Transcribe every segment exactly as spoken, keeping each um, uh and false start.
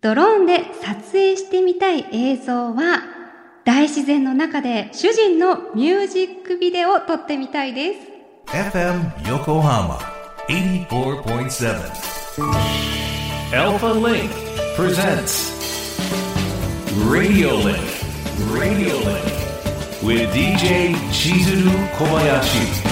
ドローンで撮影してみたい映像は、大自然の中で主人のミュージックビデオを撮ってみたいです。 エフエム Yokohama eighty-four point seven Alpha Link presents Radio Link Radio Link with ディージェー Chizuru Kobayashi。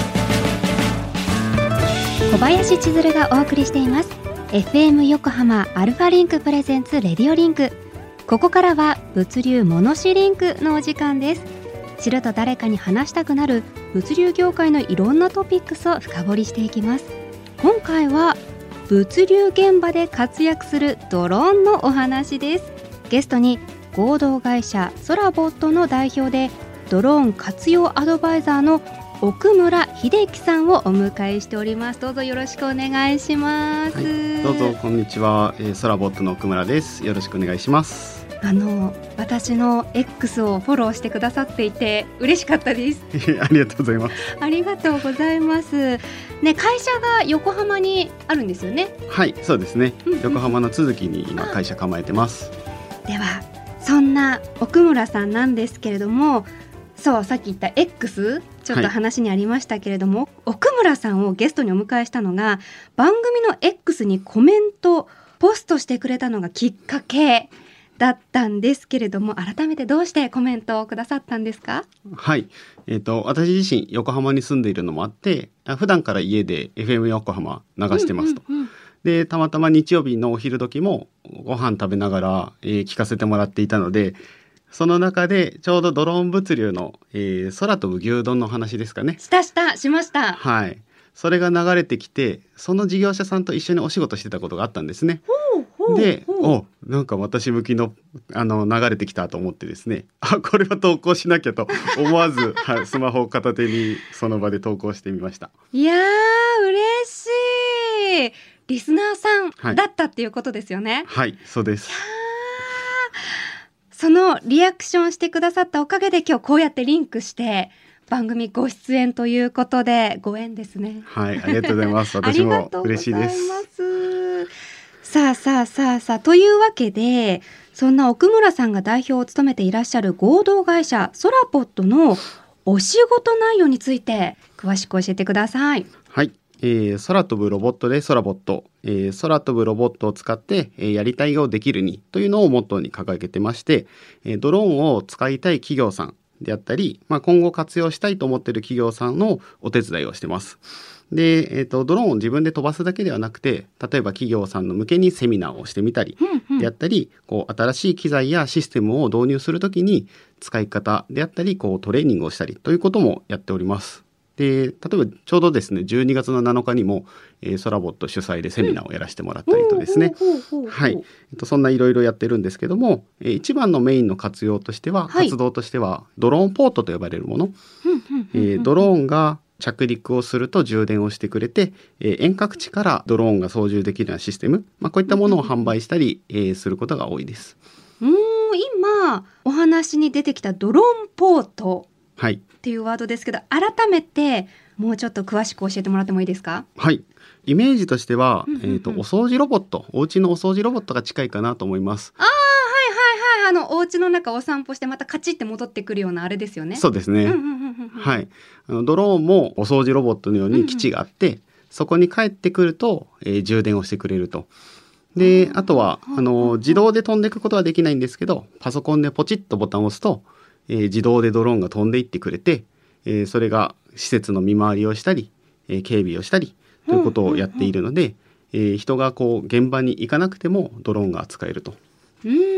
小林千鶴がお送りしています。 エフエム 横浜アルファリンクプレゼンツレディオリンク。ここからは物流モノシリンクのお時間です。知ると誰かに話したくなる物流業界のいろんなトピックスを深掘りしていきます。今回は物流現場で活躍するドローンのお話です。ゲストに合同会社ソラボットの代表でドローン活用アドバイザーの奥村秀樹さんをお迎えしております。どうぞよろしくお願いします。はい、 どうぞこんにちは、えー、ソラボットの奥村です。よろしくお願いします。 あの私の X をフォローしてくださっていて嬉しかったです。 ありがとうございます。 ありがとうございます、ね、会社が横浜にあるんですよね。 はい、そうですね、うんうん、横浜の都築に今会社構えてます。 ではそんな奥村さんなんですけれども、そうさっき言った X ちょっと話にありましたけれども、はい、奥村さんをゲストにお迎えしたのが番組の X にコメントポストしてくれたのがきっかけだったんですけれども、改めてどうしてコメントをくださったんですか？ はい、えーと、私自身横浜に住んでいるのもあって、普段から家で エフエム 横浜流してますと、うんうんうん、でたまたま日曜日のお昼時もご飯食べながら、えー、聞かせてもらっていたので、その中でちょうどドローン物流の、えー、空飛ぶ牛丼の話ですかね。 したしたしました。 はい、それが流れてきて、その事業者さんと一緒にお仕事してたことがあったんですね。 ほうほうほう。 で、お、なんか私向きの、あの流れてきたと思ってですね、あ、これは投稿しなきゃと思わず、はい、スマホを片手にその場で投稿してみました。 いやー嬉しい。リスナーさんだったっていうことですよね。 はい、はい、そうです。 そのリアクションしてくださったおかげで今日こうやってリンクして番組ご出演ということでご縁ですね。 はい、ありがとうございます。私も嬉しいです。 さあさあさあさあというわけで、そんな奥村さんが代表を務めていらっしゃる合同会社ソラポットのお仕事内容について詳しく教えてください。 はい、えー、空飛ぶロボットでソラボット、えー、空飛ぶロボットを使って、えー、やりたいをできるにというのをモットーに掲げてまして、えー、ドローンを使いたい企業さんであったり、まあ、今後活用したいと思っている企業さんのお手伝いをしてます。で、えーと、ドローンを自分で飛ばすだけではなくて、例えば企業さんの向けにセミナーをしてみたりであったり、うんうん、こう新しい機材やシステムを導入するときに使い方であったり、こうトレーニングをしたりということもやっております。で、例えばちょうどですねじゅうにがつのなのかにも、えー、ソラボット主催でセミナーをやらせてもらったりとですね、はい、えっと、そんないろいろやってるんですけども、えー、一番のメインの活用としては、はい、活動としてはドローンポートと呼ばれるもの、えー、ドローンが着陸をすると充電をしてくれて、えー、遠隔地からドローンが操縦できるようなシステム、まあ、こういったものを販売したり、えー、することが多いです。 うーん、今お話に出てきたドローンポートっていうワードですけど、改めてもうちょっと詳しく教えてもらってもいいですか？ はい、イメージとしては、うんうんうん、えーと、お掃除ロボット、お家のお掃除ロボットが近いかなと思います。 あー、はいはいはい、あのお家の中お散歩してまたカチッて戻ってくるようなあれですよね。 そうですね、うんうんうんうん、はい、あのドローンもお掃除ロボットのように基地があって、うんうん、そこに帰ってくると、えー、充電をしてくれると。で、あとはあの自動で飛んでいくことはできないんですけど、パソコンでポチッとボタンを押すと、えー、自動でドローンが飛んでいってくれて、えー、それが施設の見回りをしたり、えー、警備をしたりということをやっているので、うんうんうん、えー、人がこう現場に行かなくてもドローンが使えると。 うんうんうん、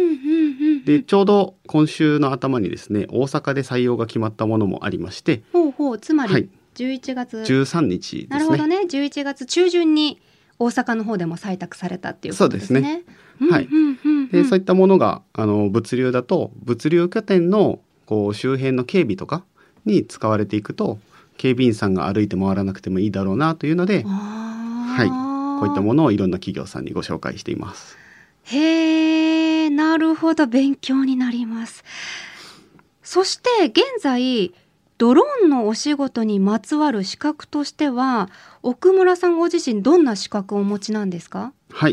で、ちょうど今週の頭にですね、大阪で採用が決まったものもありまして、 ほうほう、つまりじゅういちがつ、 はい、じゅうさんにちですね。 なるほどね、じゅういちがつ中旬に大阪の方でも採択されたっていうことですね。 そうですね、はい、でそういったものがあの物流だと物流拠点のこう周辺の警備とかに使われていくと、警備員さんが歩いて回らなくてもいいだろうなというので、はい、こういったものをいろんな企業さんにご紹介しています。 へー、なるほど、勉強になります。そして現在ドローンのお仕事にまつわる資格としては、奥村さんご自身どんな資格をお持ちなんですか？ はい、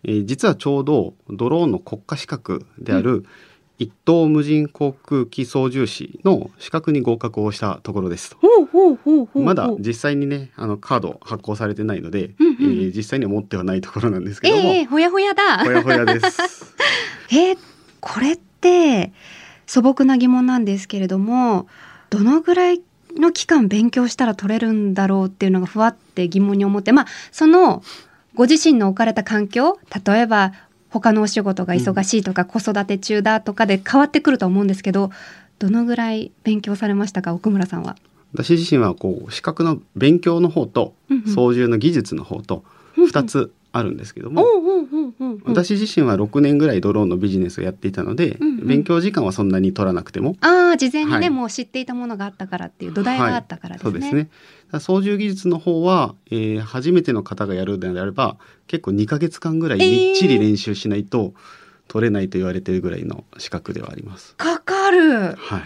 えー、実はちょうどドローンの国家資格である、うん一等無人航空機操縦士の資格に合格をしたところですと。 ほうほうほうほう。 まだ実際にねあのカード発行されてないので、 うんうんえー、実際には持ってはないところなんですけども、 えー、ほやほやだほやほやですえー、これって素朴な疑問なんですけれども、どのぐらいの期間勉強したら取れるんだろうっていうのがふわって疑問に思って、まあそのご自身の置かれた環境、例えば他のお仕事が忙しいとか、うん、子育て中だとかで変わってくると思うんですけど、どのぐらい勉強されましたか、奥村さんは。 私自身はこう資格の勉強の方と操縦の技術の方とふたつあるんですけども、私自身はろくねんぐらいドローンのビジネスをやっていたので、うんうん、勉強時間はそんなに取らなくても、 ああ事前にね、はい、もう知っていたものがあったからっていう土台があったからですね、 はい、そうですね。操縦技術の方は、えー、初めての方がやるのであれば結構にかげつかんぐらいみっちり練習しないと取れないと言われているぐらいの資格ではあります。 かかる、 はい、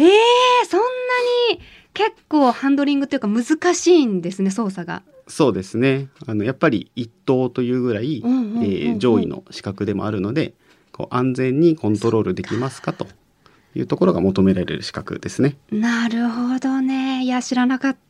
えー、そんなに結構ハンドリングというか難しいんですね、操作が。 そうですね、あのやっぱり一等というぐらい、うんうんうんうん、えー、上位の資格でもあるので、こう安全にコントロールできますかというところが求められる資格ですね。 なるほどね。いや知らなかった。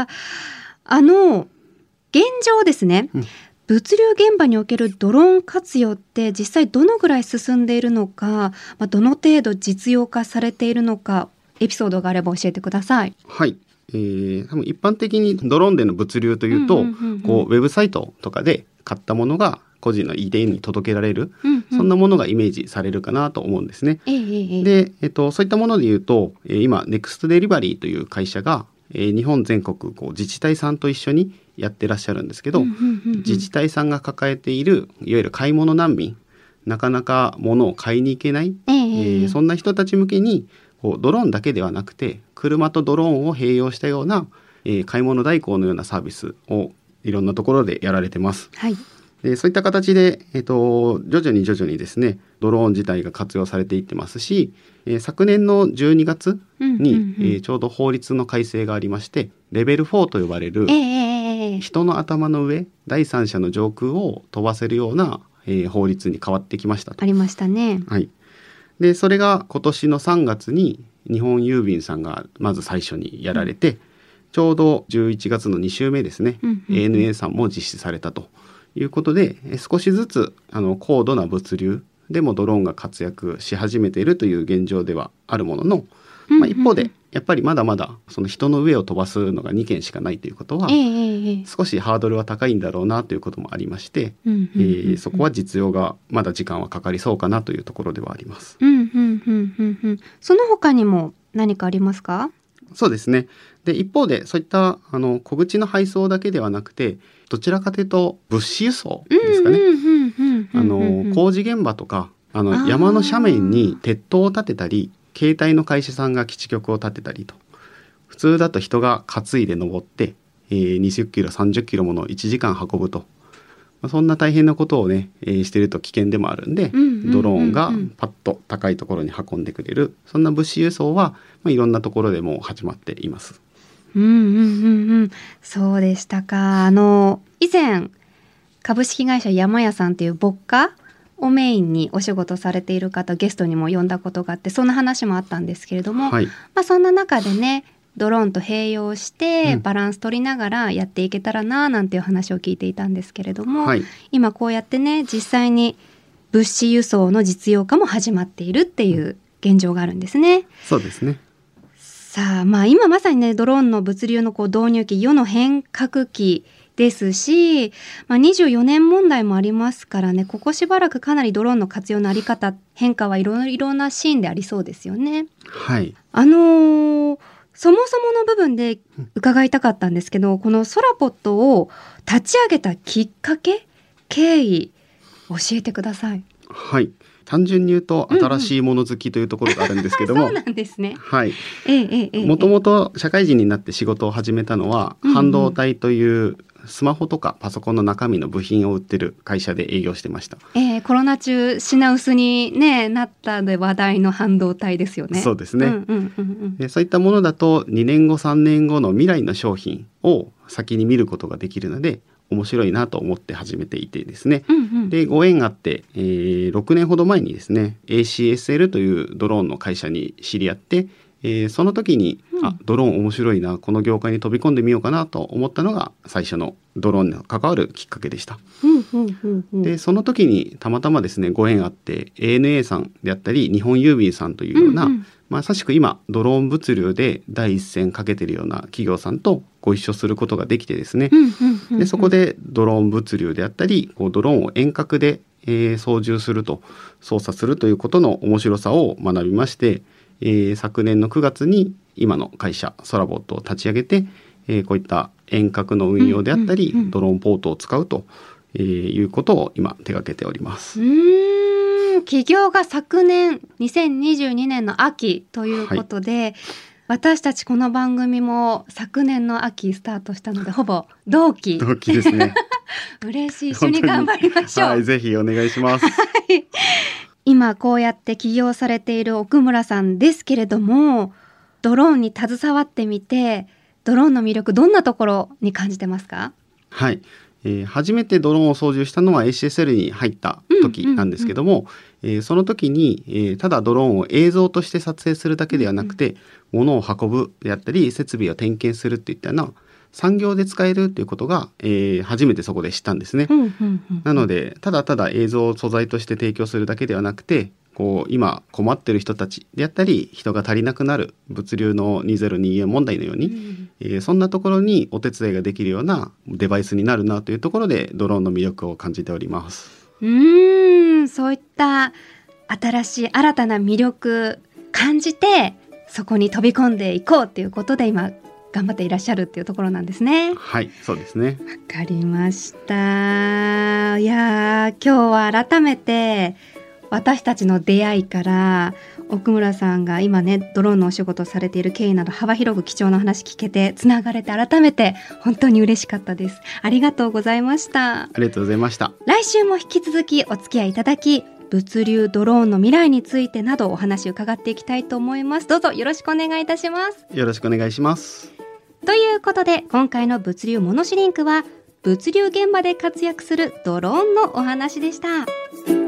あの現状ですね、うん、物流現場におけるドローン活用って実際どのぐらい進んでいるのか、まあ、どの程度実用化されているのか、エピソードがあれば教えてください。 はい、えー、多分一般的にドローンでの物流というと、うんうんうんうん、こうウェブサイトとかで買ったものが個人の家に届けられる、うんうん、そんなものがイメージされるかなと思うんですね。 えー、 で、えっと、そういったものでいうと、えー、今ネクストデリバリーという会社が、えー、日本全国こう自治体さんと一緒にやってらっしゃるんですけど、うんうんうんうん、自治体さんが抱えているいわゆる買い物難民、なかなか物を買いに行けない、えーえー、そんな人たち向けにこうドローンだけではなくて車とドローンを併用したような、えー、買い物代行のようなサービスをいろんなところでやられてます。 はい、 でそういった形で、えーと、徐々に徐々にですねドローン自体が活用されていってますし、えー、昨年のじゅうにがつに、うんうんうんえー、ちょうど法律の改正がありまして、レベルフォーと呼ばれる、えー、人の頭の上第三者の上空を飛ばせるような、えー、法律に変わってきましたと。 ありましたね。 はい、でそれが今年のさんがつに日本郵便さんがまず最初にやられて、うん、ちょうどじゅういちがつのに週目ですね、うんうんうん、エーエヌエー さんも実施されたということで、少しずつあの高度な物流でもドローンが活躍し始めているという現状ではあるものの、まあ、一方でやっぱりまだまだその人の上を飛ばすのがにけんしかないということは、えー、少しハードルは高いんだろうなということもありまして、うんうんうんうんえー、そこは実用がまだ時間はかかりそうかなというところではあります。 うんうんうんうんうん、その他にも何かありますか？ そうですね。で一方でそういったあの小口の配送だけではなくて、どちらかというと物資輸送ですかね。あの工事現場とかあの山の斜面に鉄塔を建てたり、携帯の会社さんが基地局を建てたりと、普通だと人が担いで登って、えー、にじゅっキロさんじゅっキロものいちじかん運ぶと、まあ、そんな大変なことをね、えー、してると危険でもあるんで、うんうんうんうん、ドローンがパッと高いところに運んでくれる、そんな物資輸送は、まあ、いろんなところでもう始まっています。 うんうんうんうん、そうでしたか。あの以前株式会社山屋さんという牧歌をメインにお仕事されている方ゲストにも呼んだことがあって、そんな話もあったんですけれども、はい、まあ、そんな中でねドローンと併用してバランス取りながらやっていけたらななんていう話を聞いていたんですけれども、はい、今こうやってね実際に物資輸送の実用化も始まっているっていう現状があるんですね。 そうですね。 さあ、まあ、今まさにねドローンの物流のこう導入期、世の変革期ですし、まあ、にじゅうよねん問題もありますからね、ここしばらくかなりドローンの活用のあり方変化はいろいろなシーンでありそうですよね。 はい、 あのー、そもそもの部分で伺いたかったんですけど、このソラポットを立ち上げたきっかけ、経緯教えてください。 はい、単純に言うと新しいもの好きというところがあるんですけども、 そうなんですね。 はい、 ええええ、 もともと社会人になって仕事を始めたのは、うんうん、半導体というスマホとかパソコンの中身の部品を売ってる会社で営業してました。 えー、コロナ中品薄に、ね、なったで話題の半導体ですよね。 そうですね、 うんうんうんうん、 でそういったものだとにねんごさんねんごの未来の商品を先に見ることができるので、 面白いなと思って始めていてですね、 うんうん、 でご縁があって、えー、ろくねんほど前にですね エーシーエスエル というドローンの会社に知り合って、えー、その時に、うん、あドローン面白いな、この業界に飛び込んでみようかなと思ったのが最初のドローンに関わるきっかけでした、 うんうんうんうん、でその時にたまたまですねご縁あって エーエヌエー さんであったり日本郵便さんというような、うんうん、まさしく今ドローン物流で第一線かけているような企業さんとご一緒することができてですね、 うんうんうんうん、 でそこでドローン物流であったりこうドローンを遠隔で、えー、操縦すると操作するということの面白さを学びまして、えー、昨年のくがつに今の会社ソラボットを立ち上げて、えー、こういった遠隔の運用であったり、うんうんうん、ドローンポートを使うと、えー、いうことを今手掛けております。 うーん、起業が昨年にせんにじゅうにねんの秋ということで、はい、私たちこの番組も昨年の秋スタートしたのでほぼ同期同期ですね嬉しい、一緒に頑張りましょう。 はい、ぜひお願いします今こうやって起業されている奥村さんですけれども、ドローンに携わってみてドローンの魅力どんなところに感じてますか？ はい、えー、初めてドローンを操縦したのは エーシーエスエル に入った時なんですけども、うんうんうんえー、その時に、えー、ただドローンを映像として撮影するだけではなくて、うんうん、物を運ぶであったり設備を点検するっていったような産業で使えるっていうことが、えー、初めてそこで知ったんですね、 うんうんうんうん、なのでただただ映像を素材として提供するだけではなくて、こう今困ってる人たちであったり人が足りなくなる物流のにせんにじゅうよん問題のように、うんえー、そんなところにお手伝いができるようなデバイスになるなというところでドローンの魅力を感じております。 うーん、そういった新しい新たな魅力感じてそこに飛び込んでいこうということで今頑張っていらっしゃるっていうところなんですね。 はい、そうですね。 わかりました。いや今日は改めて私たちの出会いから奥村さんが今ねドローンのお仕事をされている経緯など幅広く貴重な話聞けてつながれて改めて本当に嬉しかったです。ありがとうございました。 ありがとうございました。 来週も引き続きお付き合いいただき物流ドローンの未来についてなどお話を伺っていきたいと思います。どうぞよろしくお願いいたします。 よろしくお願いします。 ということで今回の物流モノシリンクは物流現場で活躍するドローンのお話でした。